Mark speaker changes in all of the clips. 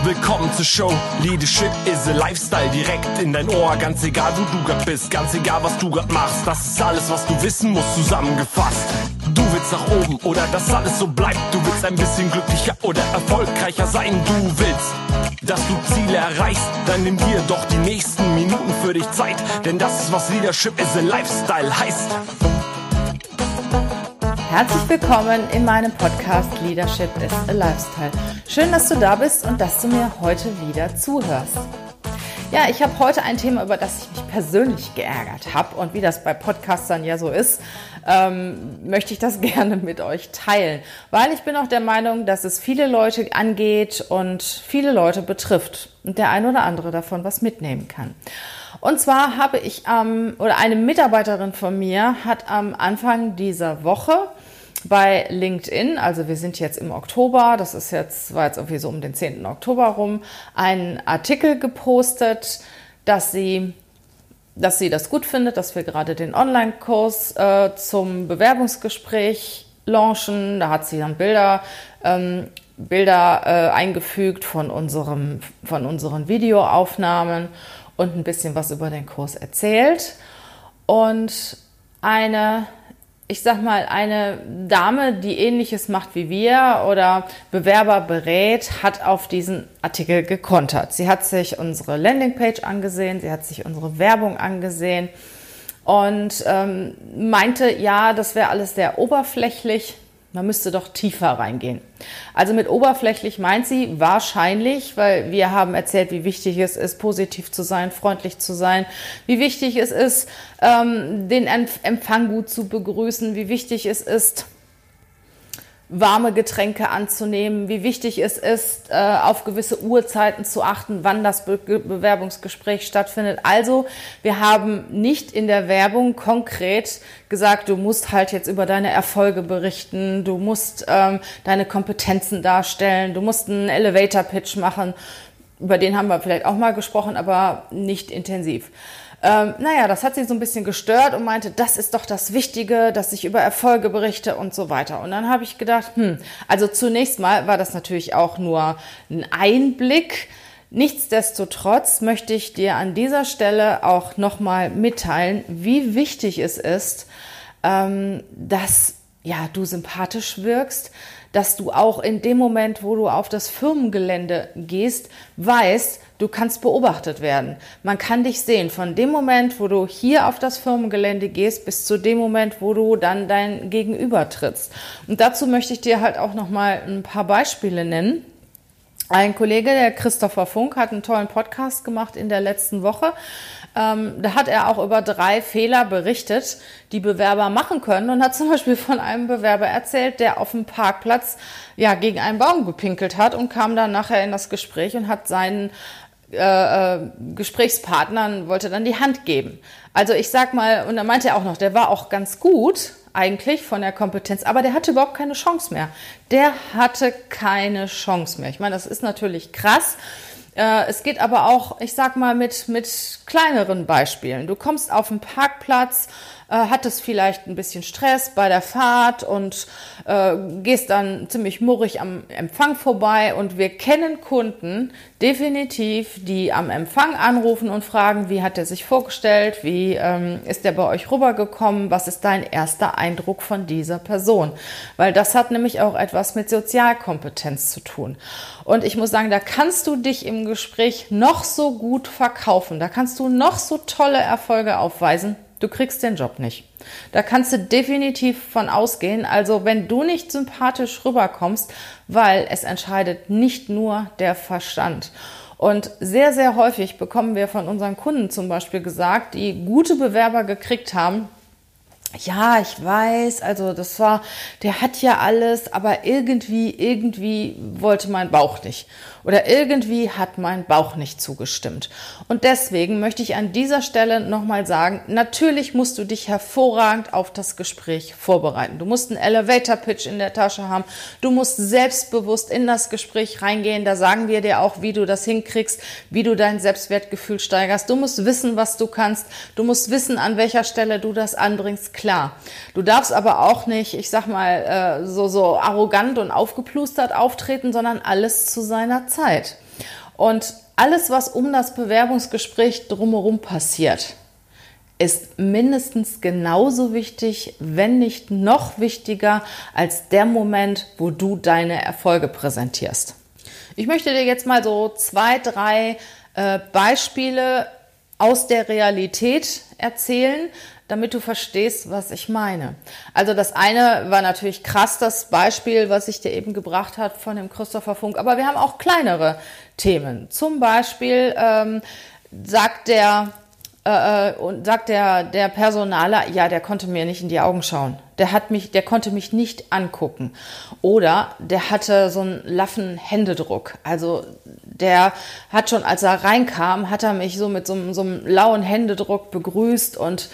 Speaker 1: willkommen zur Show. Leadership is a Lifestyle, direkt in dein Ohr. Ganz egal, wo du grad bist, ganz egal, was du grad machst. Das ist alles, was du wissen musst, zusammengefasst. Du willst nach oben oder dass alles so bleibt. Du willst ein bisschen glücklicher oder erfolgreicher sein. Du willst, dass du Ziele erreichst. Dann nimm dir doch die nächsten Minuten für dich Zeit. Denn das ist, was Leadership is a Lifestyle heißt.
Speaker 2: Herzlich willkommen in meinem Podcast Leadership is a Lifestyle. Schön, dass du da bist und dass du mir heute wieder zuhörst. Ja, ich habe heute ein Thema, über das ich mich persönlich geärgert habe. Und wie das bei Podcastern ja so ist, möchte ich das gerne mit euch teilen. Weil ich bin auch der Meinung, dass es viele Leute angeht und viele Leute betrifft. Und der ein oder andere davon was mitnehmen kann. Und zwar habe ich, eine Mitarbeiterin von mir hat am Anfang dieser Woche bei LinkedIn, also wir sind jetzt im Oktober, war jetzt irgendwie so um den 10. Oktober rum, einen Artikel gepostet, dass sie das gut findet, dass wir gerade den Online-Kurs zum Bewerbungsgespräch launchen. Da hat sie dann Bilder eingefügt von unseren Videoaufnahmen und ein bisschen was über den Kurs erzählt. Und eine Dame, die Ähnliches macht wie wir oder Bewerber berät, hat auf diesen Artikel gekontert. Sie hat sich unsere Landingpage angesehen, sie hat sich unsere Werbung angesehen und meinte, ja, das wäre alles sehr oberflächlich. Man müsste doch tiefer reingehen. Also mit oberflächlich meint sie wahrscheinlich, weil wir haben erzählt, wie wichtig es ist, positiv zu sein, freundlich zu sein, wie wichtig es ist, den Empfang gut zu begrüßen, wie wichtig es ist, warme Getränke anzunehmen, wie wichtig es ist, auf gewisse Uhrzeiten zu achten, wann das Bewerbungsgespräch stattfindet. Also wir haben nicht in der Werbung konkret gesagt, du musst halt jetzt über deine Erfolge berichten, du musst deine Kompetenzen darstellen, du musst einen Elevator-Pitch machen. Über den haben wir vielleicht auch mal gesprochen, aber nicht intensiv. Das hat sie so ein bisschen gestört und meinte, das ist doch das Wichtige, dass ich über Erfolge berichte und so weiter. Und dann habe ich gedacht, also zunächst mal war das natürlich auch nur ein Einblick. Nichtsdestotrotz möchte ich dir an dieser Stelle auch nochmal mitteilen, wie wichtig es ist, dass du sympathisch wirkst, dass du auch in dem Moment, wo du auf das Firmengelände gehst, weißt, du kannst beobachtet werden. Man kann dich sehen. Von dem Moment, wo du hier auf das Firmengelände gehst, bis zu dem Moment, wo du dann dein Gegenüber trittst. Und dazu möchte ich dir halt auch nochmal ein paar Beispiele nennen. Ein Kollege, der Christopher Funk, hat einen tollen Podcast gemacht in der letzten Woche. Da hat er auch über 3 Fehler berichtet, die Bewerber machen können und hat zum Beispiel von einem Bewerber erzählt, der auf dem Parkplatz gegen einen Baum gepinkelt hat und kam dann nachher in das Gespräch und hat seinen Gesprächspartnern wollte dann die Hand geben. Also ich sag mal, und dann meinte er auch noch, der war auch ganz gut eigentlich von der Kompetenz, aber der hatte überhaupt keine Chance mehr. Der hatte keine Chance mehr. Ich meine, das ist natürlich krass. Es geht aber auch, ich sag mal, mit kleineren Beispielen. Du kommst auf den Parkplatz, hattest vielleicht ein bisschen Stress bei der Fahrt und gehst dann ziemlich murrig am Empfang vorbei. Und wir kennen Kunden definitiv, die am Empfang anrufen und fragen, wie hat er sich vorgestellt, wie ist der bei euch rübergekommen, was ist dein erster Eindruck von dieser Person? Weil das hat nämlich auch etwas mit Sozialkompetenz zu tun. Und ich muss sagen, da kannst du dich im Gespräch noch so gut verkaufen, da kannst du noch so tolle Erfolge aufweisen. Du kriegst den Job nicht. Da kannst du definitiv von ausgehen. Also wenn du nicht sympathisch rüberkommst, weil es entscheidet nicht nur der Verstand. Und sehr, sehr häufig bekommen wir von unseren Kunden zum Beispiel gesagt, die gute Bewerber gekriegt haben, ja, ich weiß, also der hat ja alles, aber irgendwie wollte mein Bauch nicht. Oder irgendwie hat mein Bauch nicht zugestimmt. Und deswegen möchte ich an dieser Stelle nochmal sagen, natürlich musst du dich hervorragend auf das Gespräch vorbereiten. Du musst einen Elevator-Pitch in der Tasche haben. Du musst selbstbewusst in das Gespräch reingehen. Da sagen wir dir auch, wie du das hinkriegst, wie du dein Selbstwertgefühl steigerst. Du musst wissen, was du kannst. Du musst wissen, an welcher Stelle du das anbringst. Klar. Du darfst aber auch nicht, ich sag mal, so arrogant und aufgeplustert auftreten, sondern alles zu seiner Zeit. Und alles, was um das Bewerbungsgespräch drumherum passiert, ist mindestens genauso wichtig, wenn nicht noch wichtiger, als der Moment, wo du deine Erfolge präsentierst. Ich möchte dir jetzt mal so 2, 3 Beispiele aus der Realität erzählen, damit du verstehst, was ich meine. Also das eine war natürlich krass, das Beispiel, was ich dir eben gebracht habe von dem Christopher Funk, aber wir haben auch kleinere Themen. Zum Beispiel sagt der Personaler, ja, der konnte mir nicht in die Augen schauen. Der konnte mich nicht angucken. Oder der hatte so einen laffen Händedruck. Also der hat schon, als er reinkam, hat er mich so mit so einem lauen Händedruck begrüßt und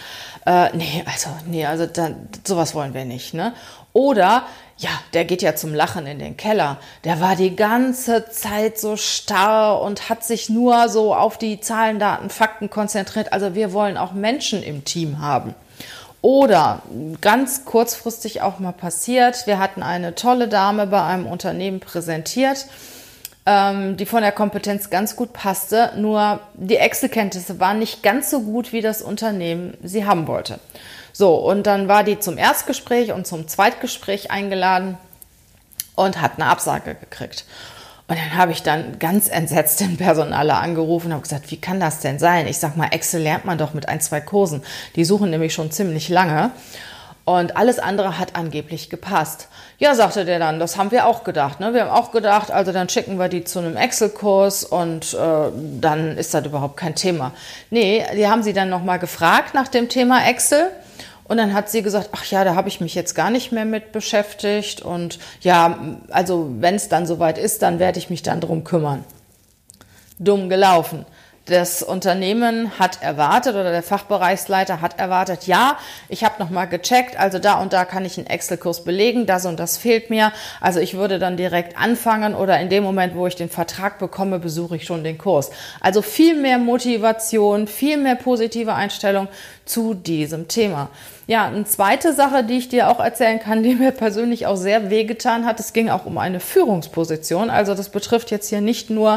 Speaker 2: sowas wollen wir nicht, ne? Oder ja, der geht ja zum Lachen in den Keller. Der war die ganze Zeit so starr und hat sich nur so auf die Zahlen, Daten, Fakten konzentriert. Also wir wollen auch Menschen im Team haben. Oder ganz kurzfristig auch mal passiert, wir hatten eine tolle Dame bei einem Unternehmen präsentiert, die von der Kompetenz ganz gut passte, nur die Excel-Kenntnisse waren nicht ganz so gut, wie das Unternehmen sie haben wollte. So, und dann war die zum Erstgespräch und zum Zweitgespräch eingeladen und hat eine Absage gekriegt. Und dann habe ich dann ganz entsetzt den Personaler angerufen und habe gesagt, wie kann das denn sein? Ich sag mal, Excel lernt man doch mit 1, 2 Kursen. Die suchen nämlich schon ziemlich lange. Und alles andere hat angeblich gepasst. Ja, sagte der dann, das haben wir auch gedacht. Ne? Wir haben auch gedacht, also dann schicken wir die zu einem Excel-Kurs und dann ist das überhaupt kein Thema. Nee, die haben sie dann nochmal gefragt nach dem Thema Excel. Und dann hat sie gesagt, ach ja, da habe ich mich jetzt gar nicht mehr mit beschäftigt. Und ja, also wenn es dann soweit ist, dann werde ich mich dann drum kümmern. Dumm gelaufen. Das Unternehmen hat erwartet oder der Fachbereichsleiter hat erwartet, ja, ich habe nochmal gecheckt, also da und da kann ich einen Excel-Kurs belegen, das und das fehlt mir. Also ich würde dann direkt anfangen oder in dem Moment, wo ich den Vertrag bekomme, besuche ich schon den Kurs. Also viel mehr Motivation, viel mehr positive Einstellung zu diesem Thema. Ja, eine zweite Sache, die ich dir auch erzählen kann, die mir persönlich auch sehr wehgetan hat, es ging auch um eine Führungsposition. Also das betrifft jetzt hier nicht nur,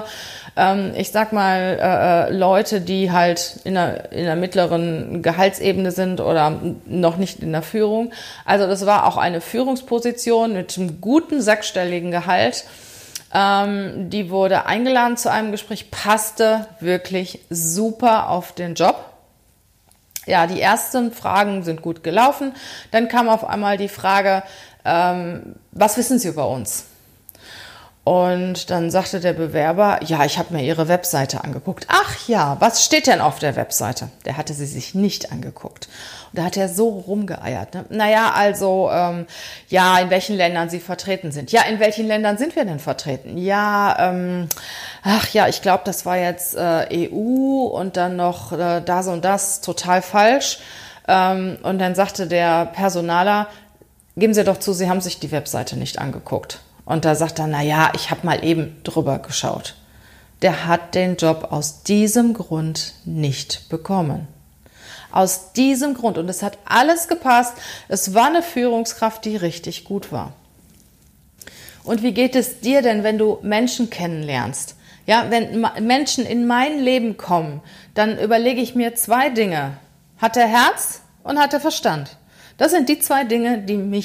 Speaker 2: Leute, die halt in der mittleren Gehaltsebene sind oder noch nicht in der Führung. Also das war auch eine Führungsposition mit einem guten 6-stelligen Gehalt. Die wurde eingeladen zu einem Gespräch, passte wirklich super auf den Job. Ja, die ersten Fragen sind gut gelaufen. Dann kam auf einmal die Frage, was wissen Sie über uns? Und dann sagte der Bewerber, ja, ich habe mir Ihre Webseite angeguckt. Ach ja, was steht denn auf der Webseite? Der hatte sie sich nicht angeguckt. Und da hat er so rumgeeiert. Ne? Naja, also, in welchen Ländern Sie vertreten sind. Ja, in welchen Ländern sind wir denn vertreten? Ja, ich glaube, das war jetzt EU und dann noch das und das, total falsch. Und dann sagte der Personaler, geben Sie doch zu, Sie haben sich die Webseite nicht angeguckt. Und da sagt er, naja, ich habe mal eben drüber geschaut. Der hat den Job aus diesem Grund nicht bekommen. Aus diesem Grund. Und es hat alles gepasst. Es war eine Führungskraft, die richtig gut war. Und wie geht es dir denn, wenn du Menschen kennenlernst? Ja, wenn Menschen in mein Leben kommen, dann überlege ich mir 2 Dinge. Hat er Herz und hat er Verstand? Das sind die 2 Dinge,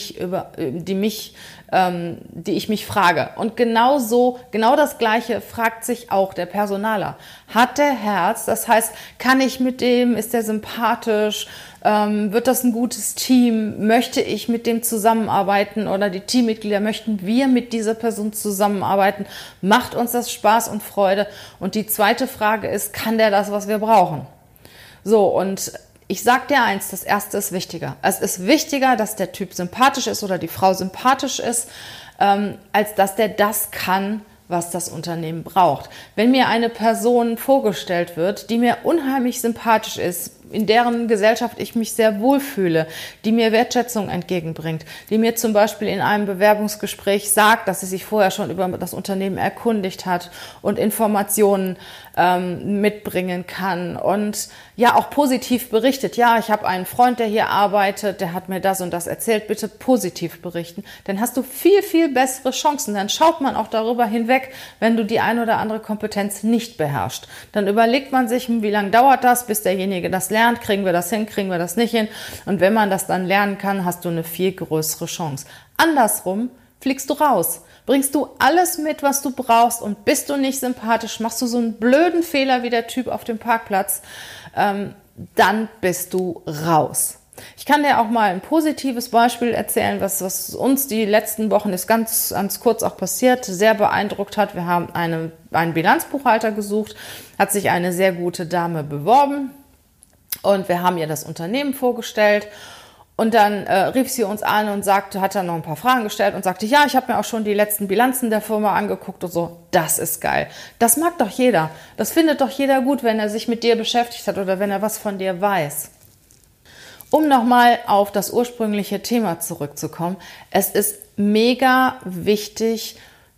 Speaker 2: die ich mich frage. Und genau das Gleiche fragt sich auch der Personaler. Hat der Herz? Das heißt, kann ich mit dem? Ist der sympathisch? Wird das ein gutes Team? Möchte ich mit dem zusammenarbeiten oder die Teammitglieder, möchten wir mit dieser Person zusammenarbeiten? Macht uns das Spaß und Freude? Und die zweite Frage ist, kann der das, was wir brauchen? So, und ich sag dir eins, das erste ist wichtiger. Es ist wichtiger, dass der Typ sympathisch ist oder die Frau sympathisch ist, als dass der das kann, was das Unternehmen braucht. Wenn mir eine Person vorgestellt wird, die mir unheimlich sympathisch ist, in deren Gesellschaft ich mich sehr wohlfühle, die mir Wertschätzung entgegenbringt, die mir zum Beispiel in einem Bewerbungsgespräch sagt, dass sie sich vorher schon über das Unternehmen erkundigt hat und Informationen mitbringen kann und ja auch positiv berichtet. Ja, ich habe einen Freund, der hier arbeitet, der hat mir das und das erzählt, bitte positiv berichten. Dann hast du viel, viel bessere Chancen. Dann schaut man auch darüber hinweg, wenn du die ein oder andere Kompetenz nicht beherrschst. Dann überlegt man sich, wie lange dauert das, bis derjenige das lernt, kriegen wir das hin, kriegen wir das nicht hin. Und wenn man das dann lernen kann, hast du eine viel größere Chance. Andersrum fliegst du raus. Bringst du alles mit, was du brauchst und bist du nicht sympathisch, machst du so einen blöden Fehler wie der Typ auf dem Parkplatz, dann bist du raus. Ich kann dir auch mal ein positives Beispiel erzählen, was uns die letzten Wochen ist ganz kurz auch passiert, sehr beeindruckt hat. Wir haben einen Bilanzbuchhalter gesucht, hat sich eine sehr gute Dame beworben und wir haben ihr das Unternehmen vorgestellt. Und dann rief sie uns an und hat dann noch ein paar Fragen gestellt und sagte, ja, ich habe mir auch schon die letzten Bilanzen der Firma angeguckt und so. Das ist geil. Das mag doch jeder. Das findet doch jeder gut, wenn er sich mit dir beschäftigt hat oder wenn er was von dir weiß. Um nochmal auf das ursprüngliche Thema zurückzukommen. Es ist mega wichtig,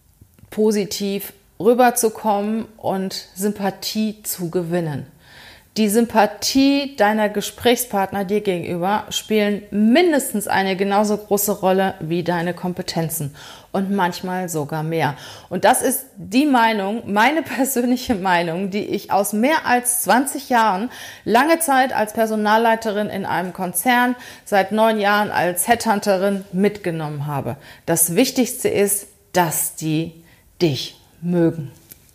Speaker 2: positiv rüberzukommen und Sympathie zu gewinnen. Die Sympathie deiner Gesprächspartner dir gegenüber spielen mindestens eine genauso große Rolle wie deine Kompetenzen und manchmal sogar mehr. Und das ist die Meinung, meine persönliche Meinung, die ich aus mehr als 20 Jahren, lange Zeit als Personalleiterin in einem Konzern, seit 9 Jahren als Headhunterin mitgenommen habe. Das Wichtigste ist, dass die dich mögen.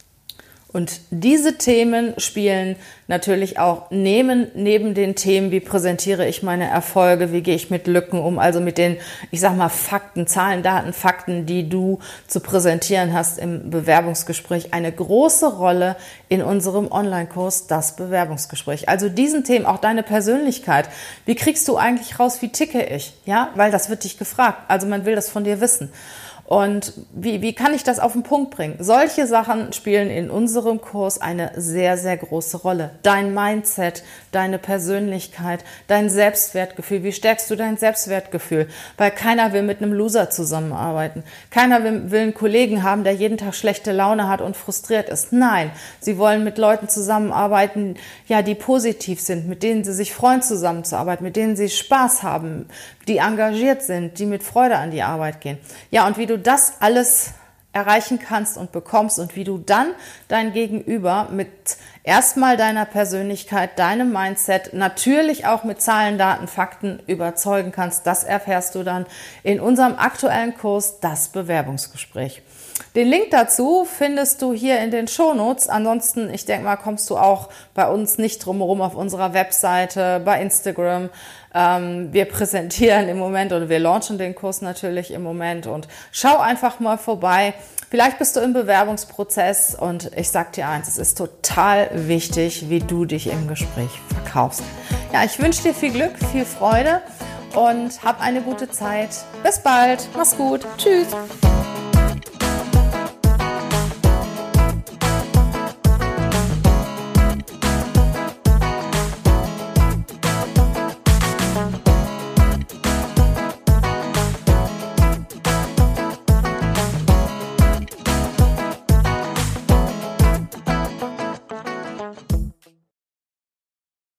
Speaker 2: Und diese Themen spielen natürlich auch neben den Themen, wie präsentiere ich meine Erfolge, wie gehe ich mit Lücken um, also mit den, ich sag mal, Fakten, Zahlen, Daten, Fakten, die du zu präsentieren hast im Bewerbungsgespräch, eine große Rolle in unserem Online-Kurs, das Bewerbungsgespräch. Also diesen Themen, auch deine Persönlichkeit. Wie kriegst du eigentlich raus, wie ticke ich? Ja, weil das wird dich gefragt. Also man will das von dir wissen. Und wie kann ich das auf den Punkt bringen? Solche Sachen spielen in unserem Kurs eine sehr, sehr große Rolle. Dein Mindset, deine Persönlichkeit, dein Selbstwertgefühl. Wie stärkst du dein Selbstwertgefühl? Weil keiner will mit einem Loser zusammenarbeiten. Keiner will einen Kollegen haben, der jeden Tag schlechte Laune hat und frustriert ist. Nein, sie wollen mit Leuten zusammenarbeiten, ja, die positiv sind, mit denen sie sich freuen, zusammenzuarbeiten, mit denen sie Spaß haben, die engagiert sind, die mit Freude an die Arbeit gehen. Ja, und wie du das alles erreichen kannst und bekommst und wie du dann dein Gegenüber mit erstmal deiner Persönlichkeit, deinem Mindset, natürlich auch mit Zahlen, Daten, Fakten überzeugen kannst, das erfährst du dann in unserem aktuellen Kurs, das Bewerbungsgespräch. Den Link dazu findest du hier in den Shownotes. Ansonsten, ich denke mal, kommst du auch bei uns nicht drumherum auf unserer Webseite, bei Instagram. Wir präsentieren im Moment oder wir launchen den Kurs natürlich im Moment und schau einfach mal vorbei. Vielleicht bist du im Bewerbungsprozess und ich sag dir eins, es ist total wichtig, wie du dich im Gespräch verkaufst. Ja, ich wünsche dir viel Glück, viel Freude und hab eine gute Zeit. Bis bald, mach's gut, tschüss.